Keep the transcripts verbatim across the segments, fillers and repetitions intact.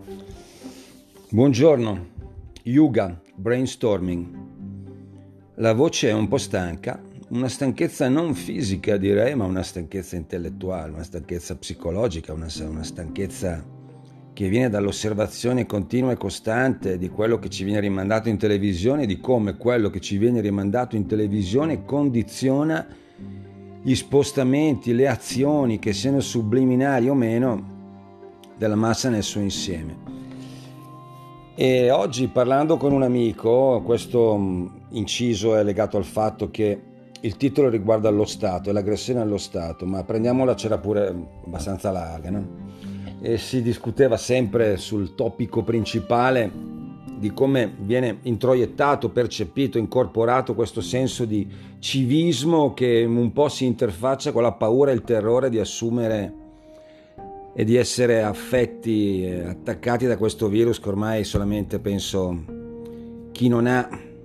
Buongiorno, Yuga, brainstorming. La voce è un po' stanca, una stanchezza non fisica direi, ma una stanchezza intellettuale, una stanchezza psicologica, una, una stanchezza che viene dall'osservazione continua e costante di quello che ci viene rimandato in televisione, di come quello che ci viene rimandato in televisione condiziona gli spostamenti, le azioni, che siano subliminali o meno, della massa nel suo insieme. E oggi, parlando con un amico, questo inciso è legato al fatto che il titolo riguarda lo Stato e l'aggressione allo Stato, ma prendiamola, c'era pure abbastanza larga, no? E si discuteva sempre sul topico principale di come viene introiettato, percepito, incorporato questo senso di civismo che un po' si interfaccia con la paura e il terrore di assumere e di essere affetti, attaccati da questo virus che ormai solamente, penso, chi non ha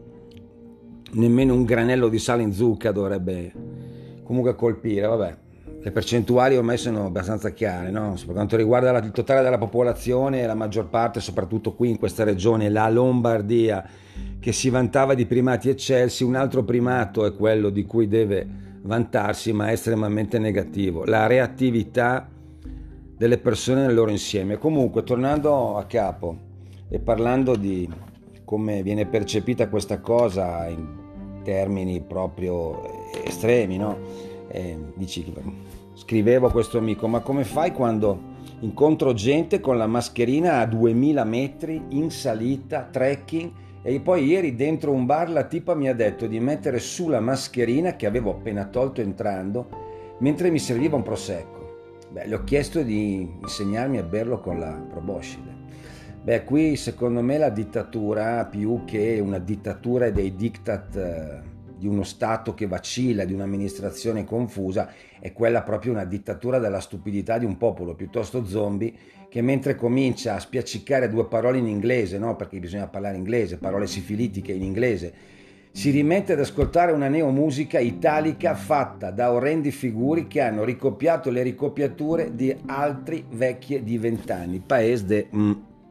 nemmeno un granello di sale in zucca dovrebbe comunque colpire. Vabbè, le percentuali ormai sono abbastanza chiare, no? Per quanto riguarda il totale della popolazione, la maggior parte, soprattutto qui in questa regione, la Lombardia, che si vantava di primati eccelsi, un altro primato è quello di cui deve vantarsi, ma è estremamente negativo: la reattività delle persone nel loro insieme. Comunque, tornando a capo e parlando di come viene percepita questa cosa in termini proprio estremi, no? Eh, dici, scrivevo a questo amico: ma come fai quando incontro gente con la mascherina a duemila metri in salita, trekking, e poi ieri dentro un bar la tipa mi ha detto di mettere su la mascherina che avevo appena tolto entrando mentre mi serviva un prosecco. Beh, le ho chiesto di insegnarmi a berlo con la proboscide. Beh, qui secondo me la dittatura, più che una dittatura dei diktat eh, di uno Stato che vacilla, di un'amministrazione confusa, è quella proprio una dittatura della stupidità di un popolo piuttosto zombie, che mentre comincia a spiaccicare due parole in inglese, no? Perché bisogna parlare inglese, parole sifilitiche in inglese, si rimette ad ascoltare una neomusica italica fatta da orrendi figuri che hanno ricopiato le ricopiature di altri vecchie di vent'anni. Paese de... Mm.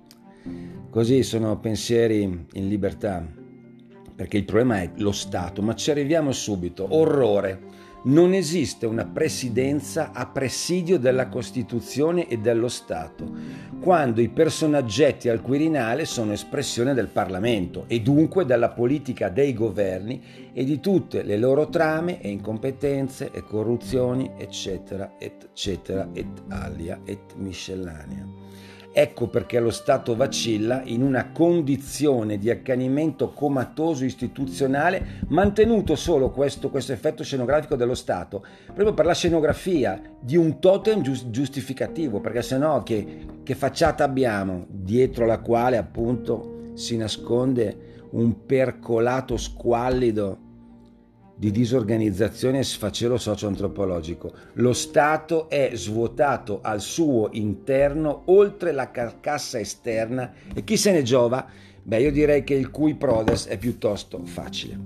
Così sono pensieri in libertà, perché il problema è lo Stato, ma ci arriviamo subito. Orrore. Non esiste una presidenza a presidio della Costituzione e dello Stato, quando i personaggetti al Quirinale sono espressione del Parlamento e dunque della politica dei governi e di tutte le loro trame e incompetenze e corruzioni, eccetera, eccetera, et alia, et miscellanea. Ecco perché lo Stato vacilla in una condizione di accanimento comatoso istituzionale, mantenuto solo questo, questo effetto scenografico dello Stato, proprio per la scenografia di un totem giustificativo, perché sennò che, che facciata abbiamo dietro la quale appunto si nasconde un percolato squallido di disorganizzazione e sfacelo socio-antropologico. Lo Stato è svuotato al suo interno oltre la carcassa esterna, e chi se ne giova? Beh, io direi che il cui prodest è piuttosto facile.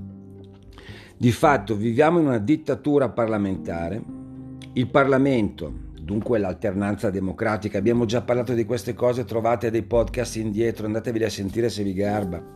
Di fatto viviamo in una dittatura parlamentare. Il Parlamento, dunque l'alternanza democratica, abbiamo già parlato di queste cose, trovate dei podcast indietro, andatevi a sentire se vi garba.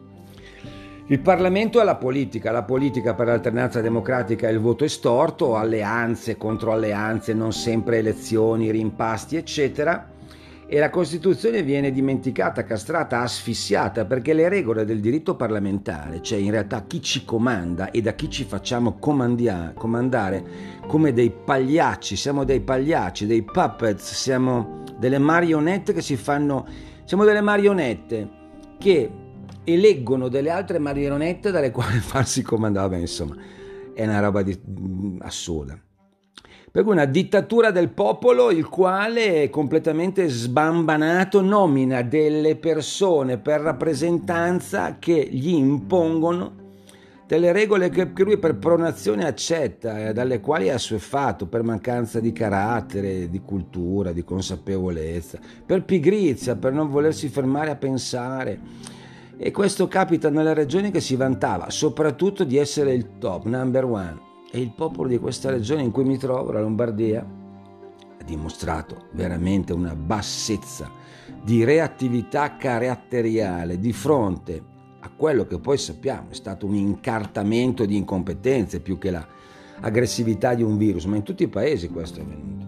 Il Parlamento è la politica, la politica per l'alternanza democratica è il voto estorto, alleanze contro alleanze, non sempre elezioni, rimpasti, eccetera, e la Costituzione viene dimenticata, castrata, asfissiata, perché le regole del diritto parlamentare, cioè in realtà chi ci comanda e da chi ci facciamo comandia- comandare come dei pagliacci, siamo dei pagliacci, dei puppets, siamo delle marionette che si fanno, siamo delle marionette che eleggono delle altre marionette dalle quali farsi comandare. Beh, insomma, è una roba di, assurda. Per cui una dittatura del popolo, il quale è completamente sbambanato, nomina delle persone per rappresentanza che gli impongono delle regole che, che lui per pronazione accetta, eh, dalle quali è assuefatto per mancanza di carattere, di cultura, di consapevolezza, per pigrizia, per non volersi fermare a pensare. E questo capita nella regione che si vantava soprattutto di essere il top, number one. E il popolo di questa regione in cui mi trovo, la Lombardia, dimostrato veramente una bassezza di reattività caratteriale di fronte a quello che poi sappiamo è stato un incartamento di incompetenze più che la aggressività di un virus, ma in tutti i paesi questo è avvenuto.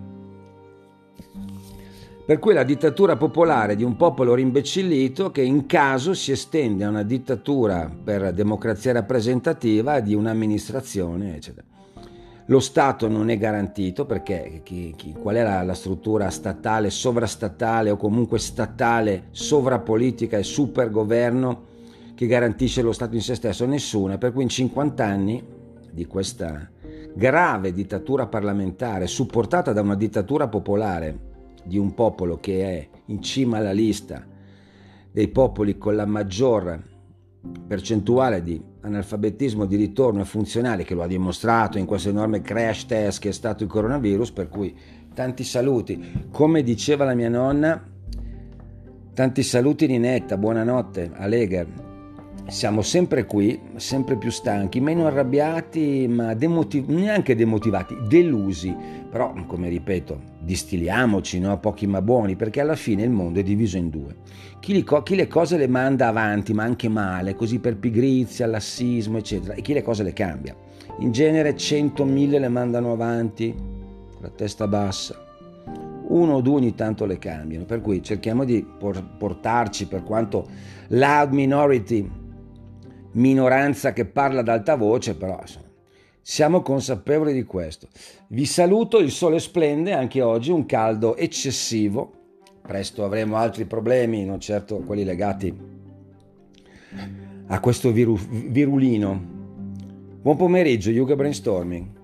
Per cui la dittatura popolare di un popolo rimbecillito che in caso si estende a una dittatura per democrazia rappresentativa di un'amministrazione, eccetera. Lo Stato non è garantito perché chi, chi, qual è la, la struttura statale, sovrastatale o comunque statale, sovrapolitica e supergoverno che garantisce lo Stato in se stesso? Nessuna, per cui in cinquanta anni di questa grave dittatura parlamentare supportata da una dittatura popolare di un popolo che è in cima alla lista dei popoli con la maggior percentuale di analfabetismo di ritorno funzionale, che lo ha dimostrato in questo enorme crash test che è stato il coronavirus, per cui tanti saluti. Come diceva la mia nonna, tanti saluti Ninetta, buonanotte Alegher. Siamo sempre qui, sempre più stanchi, meno arrabbiati, ma demotiv- neanche demotivati, delusi. Però, come ripeto, distilliamoci, no? Pochi ma buoni, perché alla fine il mondo è diviso in due. Chi, li co- chi le cose le manda avanti, ma anche male, così per pigrizia, lassismo, eccetera, e chi le cose le cambia. In genere centomila le mandano avanti, la testa bassa. Uno o due ogni tanto le cambiano, per cui cerchiamo di por- portarci, per quanto loud minority, minoranza che parla ad alta voce, però insomma, siamo consapevoli di questo. Vi saluto, il sole splende anche oggi, un caldo eccessivo, presto avremo altri problemi, non certo quelli legati a questo viru- virulino. Buon pomeriggio, Yuga Brainstorming.